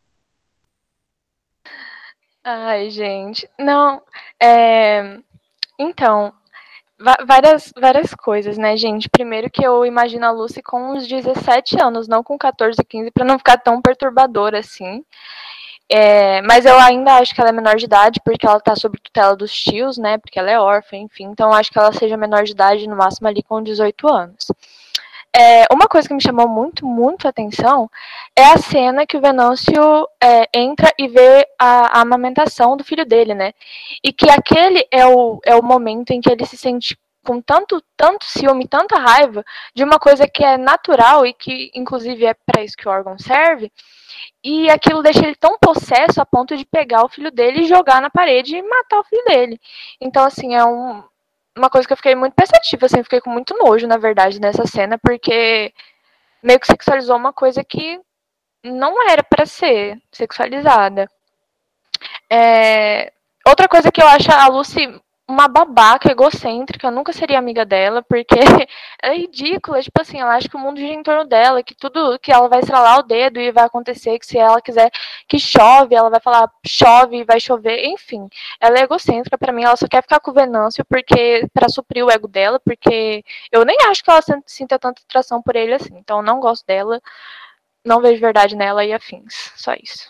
Ai, gente. Não, é... Então, várias, várias coisas, né, gente? Primeiro que eu imagino a Lucy com uns dezessete anos, não com catorze, quinze, para não ficar tão perturbadora assim. É, mas eu ainda acho que ela é menor de idade, porque ela tá sob tutela dos tios, né? Porque ela é órfã, enfim. Então, eu acho que ela seja menor de idade, no máximo ali com dezoito anos. É, uma coisa que me chamou muito, muito a atenção é a cena que o Venâncio é, entra e vê a, a amamentação do filho dele, né? E que aquele é o, é o momento em que ele se sente com tanto, tanto ciúme, tanta raiva de uma coisa que é natural e que, inclusive, é para isso que o órgão serve. E aquilo deixa ele tão possesso a ponto de pegar o filho dele e jogar na parede e matar o filho dele. Então, assim, é um... uma coisa que eu fiquei muito pensativa, assim, eu fiquei com muito nojo, na verdade, nessa cena, porque meio que sexualizou uma coisa que não era pra ser sexualizada. É... Outra coisa que eu acho a Lucy uma babaca egocêntrica, eu nunca seria amiga dela, porque ela é ridícula, tipo assim, ela acha que o mundo gira em torno dela, que tudo, que ela vai estralar o dedo e vai acontecer, que se ela quiser que chove, ela vai falar chove e vai chover, enfim, ela é egocêntrica, pra mim, ela só quer ficar com o Venâncio porque, pra suprir o ego dela, porque eu nem acho que ela sinta tanta atração por ele assim, então eu não gosto dela, não vejo verdade nela e afins, só isso.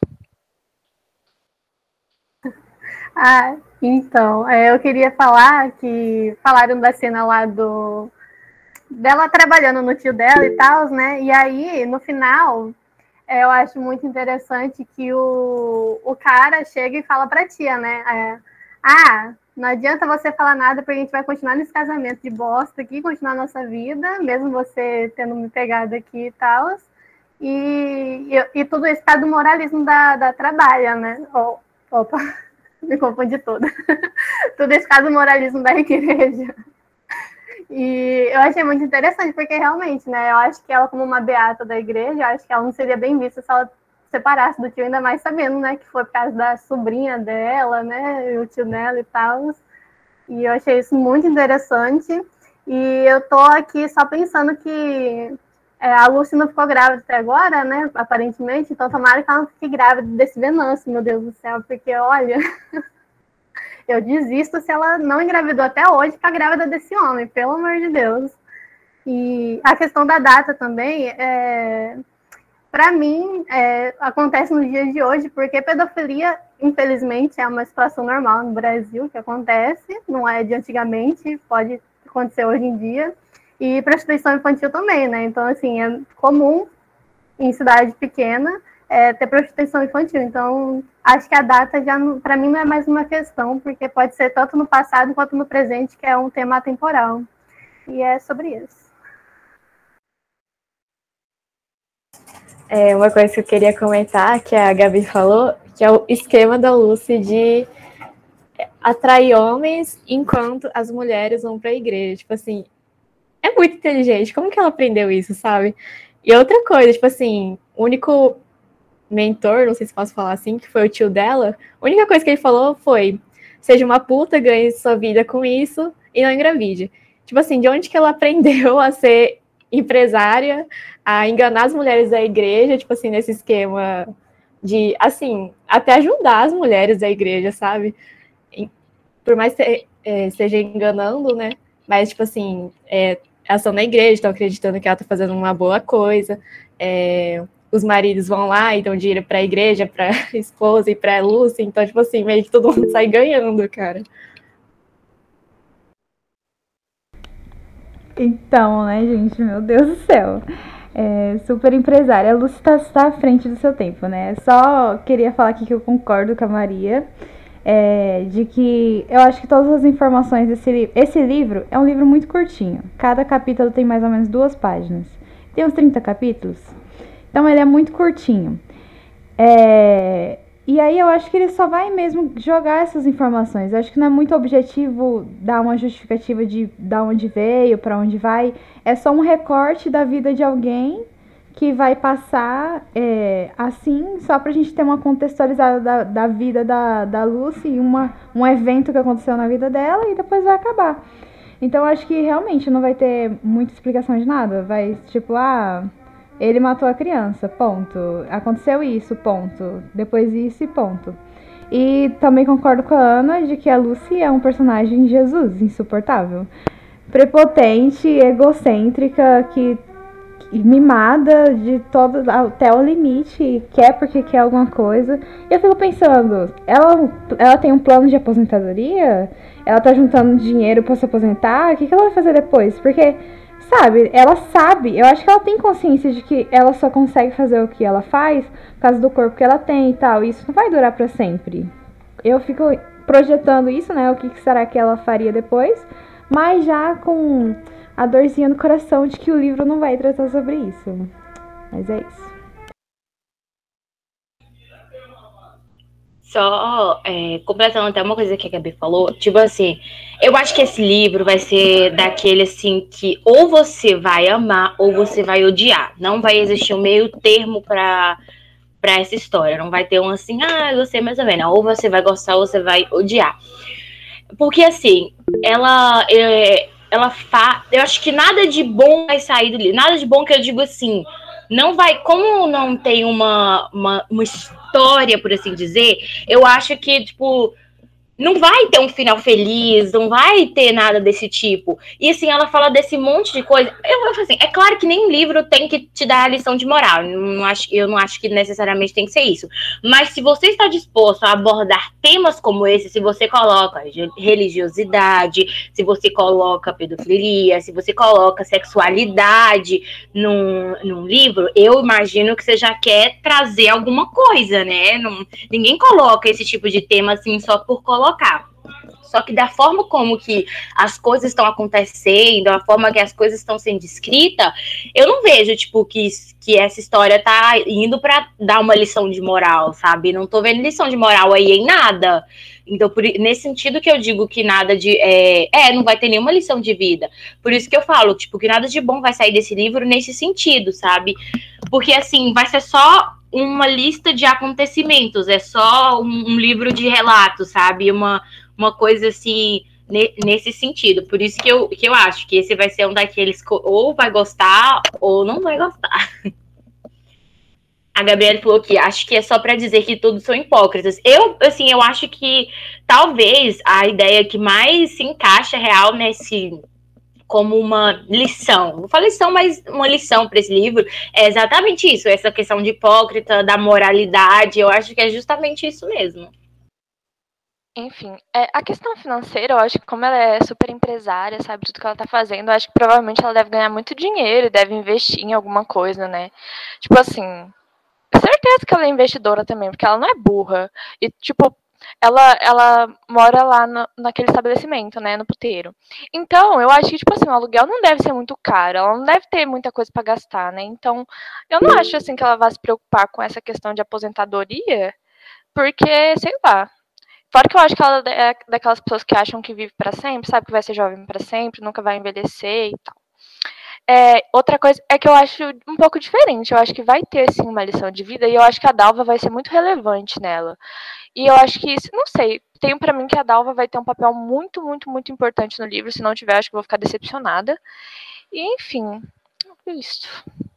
Ah, então, eu queria falar que falaram da cena lá do dela trabalhando no tio dela e tal, né? E aí, no final, eu acho muito interessante que o, o cara chega e fala pra tia, né? É, ah, não adianta você falar nada porque a gente vai continuar nesse casamento de bosta aqui, continuar a nossa vida, mesmo você tendo me pegado aqui e tal. E, e, e tudo isso por causa do moralismo da, da trabalha, né? Oh, opa... me confundi toda. Tudo esse caso do moralismo da igreja. E eu achei muito interessante, porque realmente, né, eu acho que ela, como uma beata da igreja, eu acho que ela não seria bem vista se ela separasse do tio, ainda mais sabendo, né, que foi por causa da sobrinha dela, né, e o tio dela e tal. E eu achei isso muito interessante. E eu tô aqui só pensando que é, a Lucy não ficou grávida até agora, né? Aparentemente, então tomara que ela não fique grávida desse Venâncio, meu Deus do céu, porque olha, eu desisto se ela não engravidou até hoje, ficar grávida desse homem, pelo amor de Deus. E a questão da data também, é, para mim, é, acontece nos dias de hoje, porque pedofilia, infelizmente, é uma situação normal no Brasil, que acontece, não é de antigamente, pode acontecer hoje em dia. E prostituição infantil também, né? Então, assim, é comum em cidade pequena é, ter prostituição infantil. Então, acho que a data já, para mim, não é mais uma questão, porque pode ser tanto no passado quanto no presente, que é um tema atemporal. E é sobre isso. É uma coisa que eu queria comentar, que a Gabi falou, que é o esquema da Lucy de atrair homens enquanto as mulheres vão para a igreja. Tipo assim, é muito inteligente. Como que ela aprendeu isso, sabe? E outra coisa, tipo assim, o único mentor, não sei se posso falar assim, que foi o tio dela, a única coisa que ele falou foi: seja uma puta, ganhe sua vida com isso e não engravide. Tipo assim, de onde que ela aprendeu a ser empresária, a enganar as mulheres da igreja, tipo assim, nesse esquema de, assim, até ajudar as mulheres da igreja, sabe? Por mais que é, seja enganando, né? Mas, tipo assim, é, elas estão na igreja, estão acreditando que ela está fazendo uma boa coisa. É, os maridos vão lá e dão dinheiro para a igreja, para a esposa e para a Lucy. Então, tipo assim, meio que todo mundo sai ganhando, cara. Então, né, gente? Meu Deus do céu. É, super empresária. A Lucy está tá à frente do seu tempo, né? Só queria falar aqui que eu concordo com a Maria. É, de que eu acho que todas as informações desse livro... Esse livro é um livro muito curtinho. Cada capítulo tem mais ou menos duas páginas. Tem uns trinta capítulos. Então ele é muito curtinho. É, e aí eu acho que ele só vai mesmo jogar essas informações. Eu acho que não é muito objetivo dar uma justificativa de da onde veio, para onde vai. É só um recorte da vida de alguém que vai passar é, assim, só pra gente ter uma contextualizada da, da vida da, da Lucy, uma, um evento que aconteceu na vida dela e depois vai acabar. Então, acho que realmente não vai ter muita explicação de nada. Vai, tipo, ah, ele matou a criança, ponto. Aconteceu isso, ponto. Depois isso e ponto. E também concordo com a Ana de que a Lucy é um personagem Jesus, insuportável. Prepotente, egocêntrica, que mimada de todo até o limite, quer porque quer alguma coisa. E eu fico pensando, ela, ela tem um plano de aposentadoria? Ela tá juntando dinheiro pra se aposentar? O que, que ela vai fazer depois? Porque, sabe, ela sabe, eu acho que ela tem consciência de que ela só consegue fazer o que ela faz por causa do corpo que ela tem e tal. E isso não vai durar pra sempre. Eu fico projetando isso, né? O que, que será que ela faria depois? Mas já com a dorzinha no coração de que o livro não vai tratar sobre isso. Mas é isso. Só é, completando até uma coisa que a Gabi falou, tipo assim, eu acho que esse livro vai ser daquele assim que ou você vai amar ou você vai odiar. Não vai existir um meio termo pra, pra essa história. Não vai ter um assim, ah, eu gostei mais ou menos. Ou você vai gostar ou você vai odiar. Porque assim, ela... É, ela fa... eu acho que nada de bom vai sair do livro. Nada de bom que eu digo assim, não vai... Como não tem uma, uma, uma história, por assim dizer, eu acho que, tipo, não vai ter um final feliz, não vai ter nada desse tipo. E assim, ela fala desse monte de coisa. Eu vou assim, é claro que nem livro tem que te dar a lição de moral. Eu não acho, eu não acho que necessariamente tem que ser isso. Mas se você está disposto a abordar temas como esse, se você coloca religiosidade, se você coloca pedofilia, se você coloca sexualidade num, num livro, eu imagino que você já quer trazer alguma coisa, né? Não, ninguém coloca esse tipo de tema assim só por colocar. Colocar. Só que da forma como que as coisas estão acontecendo, a forma que as coisas estão sendo escritas, eu não vejo, tipo, que, que essa história tá indo para dar uma lição de moral, sabe? Não tô vendo lição de moral aí em nada. Então, por, nesse sentido que eu digo que nada de... É, é, não vai ter nenhuma lição de vida. Por isso que eu falo, tipo, que nada de bom vai sair desse livro nesse sentido, sabe? Porque, assim, vai ser só uma lista de acontecimentos, é só um, um livro de relatos, sabe? Uma, uma coisa assim, ne, nesse sentido. Por isso que eu, que eu acho que esse vai ser um daqueles que ou vai gostar ou não vai gostar. A Gabriela falou que acho que é só para dizer que todos são hipócritas. Eu, assim, eu acho que talvez a ideia que mais se encaixa real nesse... como uma lição, não falo lição, mas uma lição para esse livro, é exatamente isso, essa questão de hipócrita, da moralidade, eu acho que é justamente isso mesmo. Enfim, é, a questão financeira, eu acho que como ela é super empresária, sabe tudo que ela tá fazendo, eu acho que provavelmente ela deve ganhar muito dinheiro e deve investir em alguma coisa, né? Tipo assim, certeza que ela é investidora também, porque ela não é burra. E, tipo, ela, ela mora lá no, naquele estabelecimento, né, no puteiro. Então, eu acho que, tipo assim, o aluguel não deve ser muito caro, ela não deve ter muita coisa pra gastar, né? Então, eu não acho, assim, que ela vá se preocupar com essa questão de aposentadoria, porque, sei lá. Fora que eu acho que ela é daquelas pessoas que acham que vive pra sempre, sabe? Que vai ser jovem pra sempre, nunca vai envelhecer e tal. É, outra coisa é que eu acho um pouco diferente. Eu acho que vai ter, sim, uma lição de vida e eu acho que a Dalva vai ser muito relevante nela. E eu acho que isso, não sei, tenho pra mim que a Dalva vai ter um papel muito, muito, muito importante no livro. Se não tiver, acho que eu vou ficar decepcionada. E, enfim, é isso.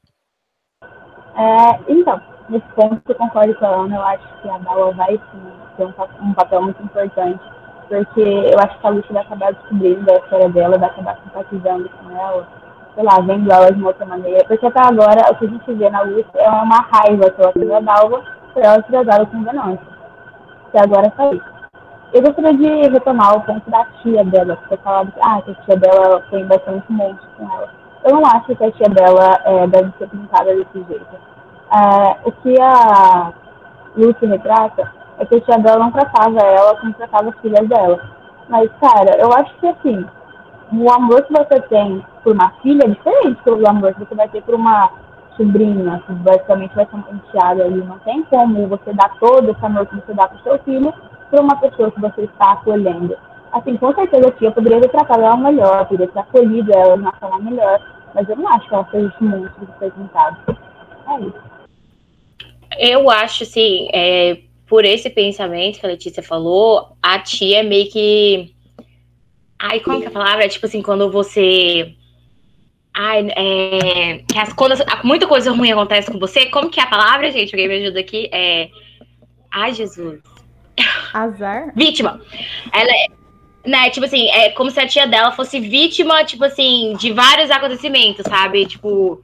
É, então, nesse ponto eu concordo com a Ana, eu acho que a Dalva vai sim ter um, um papel muito importante, porque eu acho que a Lucy vai acabar descobrindo a história dela, vai acabar simpatizando com ela, sei lá, vendo ela de uma outra maneira, porque até agora o que a gente vê na Lucy é uma raiva que ela tem da Dalva por ela ser tratada com venâncio. Até agora só isso. Eu gostaria de retomar o ponto da tia dela, que foi falado que, ah, que a tia dela tem bastante monstro com ela. Eu não acho que a tia dela é, deve ser pintada desse jeito. É, o que a Lucy retrata é que a tia dela não tratava ela como tratava as filhas dela. Mas, cara, eu acho que, assim, o amor que você tem por uma filha é diferente do amor que você vai ter por uma sobrinha, que basicamente vai ser uma enteada ali. Não tem como você dar todo esse amor que você dá pro seu filho para uma pessoa que você está acolhendo. Assim, com certeza a tia poderia ter tratado ela melhor, poderia ter acolhido ela de uma forma melhor, mas eu não acho que ela seja esse monstro que foi pintado. É isso. Eu acho, assim, é, por esse pensamento que a Letícia falou, a tia é meio que... Ai, como que é a palavra? É tipo assim, quando você... Ai, é... Que as, quando muita coisa ruim acontece com você, como que é a palavra, gente? Alguém me ajuda aqui? É... Ai, Jesus. Azar? Vítima. Ela é... Né, tipo assim, é como se a tia dela fosse vítima, tipo assim, de vários acontecimentos, sabe? Tipo...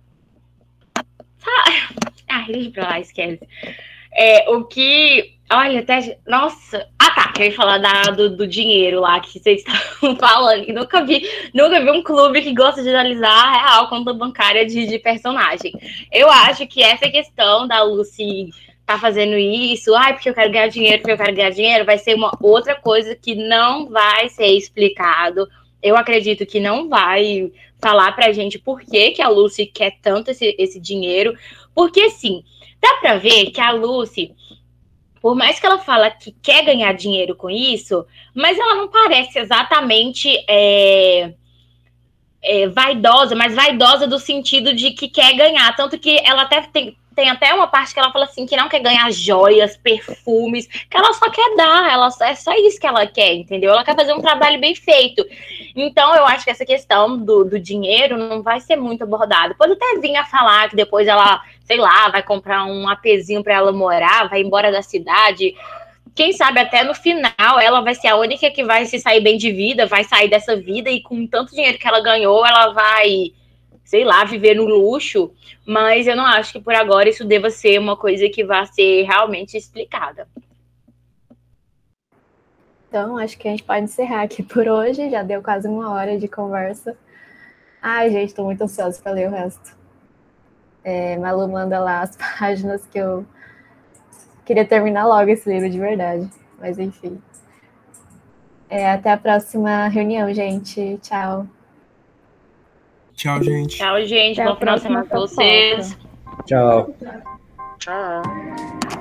Ai, deixa pra lá, esquece. É, o que... Olha, até... Nossa... Ah, tá. Eu ia falar da, do, do dinheiro lá que vocês estavam falando. Que nunca vi, nunca vi um clube que gosta de analisar a real conta bancária de, de personagem. Eu acho que essa questão da Lucy tá fazendo isso, ai, porque eu quero ganhar dinheiro, porque eu quero ganhar dinheiro, vai ser uma outra coisa que não vai ser explicado. Eu acredito que não vai falar pra gente por que, que a Lucy quer tanto esse, esse dinheiro. Porque, assim, dá pra ver que a Lucy, por mais que ela fala que quer ganhar dinheiro com isso, mas ela não parece exatamente é, é, vaidosa, mas vaidosa do sentido de que quer ganhar. Tanto que ela até tem, tem até uma parte que ela fala assim, que não quer ganhar joias, perfumes, que ela só quer dar, ela, é só isso que ela quer, entendeu? Ela quer fazer um trabalho bem feito. Então, eu acho que essa questão do, do dinheiro não vai ser muito abordada. Pode até vir a falar que depois ela, sei lá, vai comprar um apezinho para ela morar, vai embora da cidade. Quem sabe até no final ela vai ser a única que vai se sair bem de vida, vai sair dessa vida e com tanto dinheiro que ela ganhou, ela vai, sei lá, viver no luxo. Mas eu não acho que por agora isso deva ser uma coisa que vai ser realmente explicada. Então, acho que a gente pode encerrar aqui por hoje. Já deu quase uma hora de conversa. Ai, gente, tô muito ansiosa para ler o resto. É, Malu manda lá as páginas que eu queria terminar logo esse livro de verdade. Mas, enfim. É, até a próxima reunião, gente. Tchau. Tchau, gente. Tchau, gente. Até a Bom final de semana próxima pra vocês. Tchau. Tchau.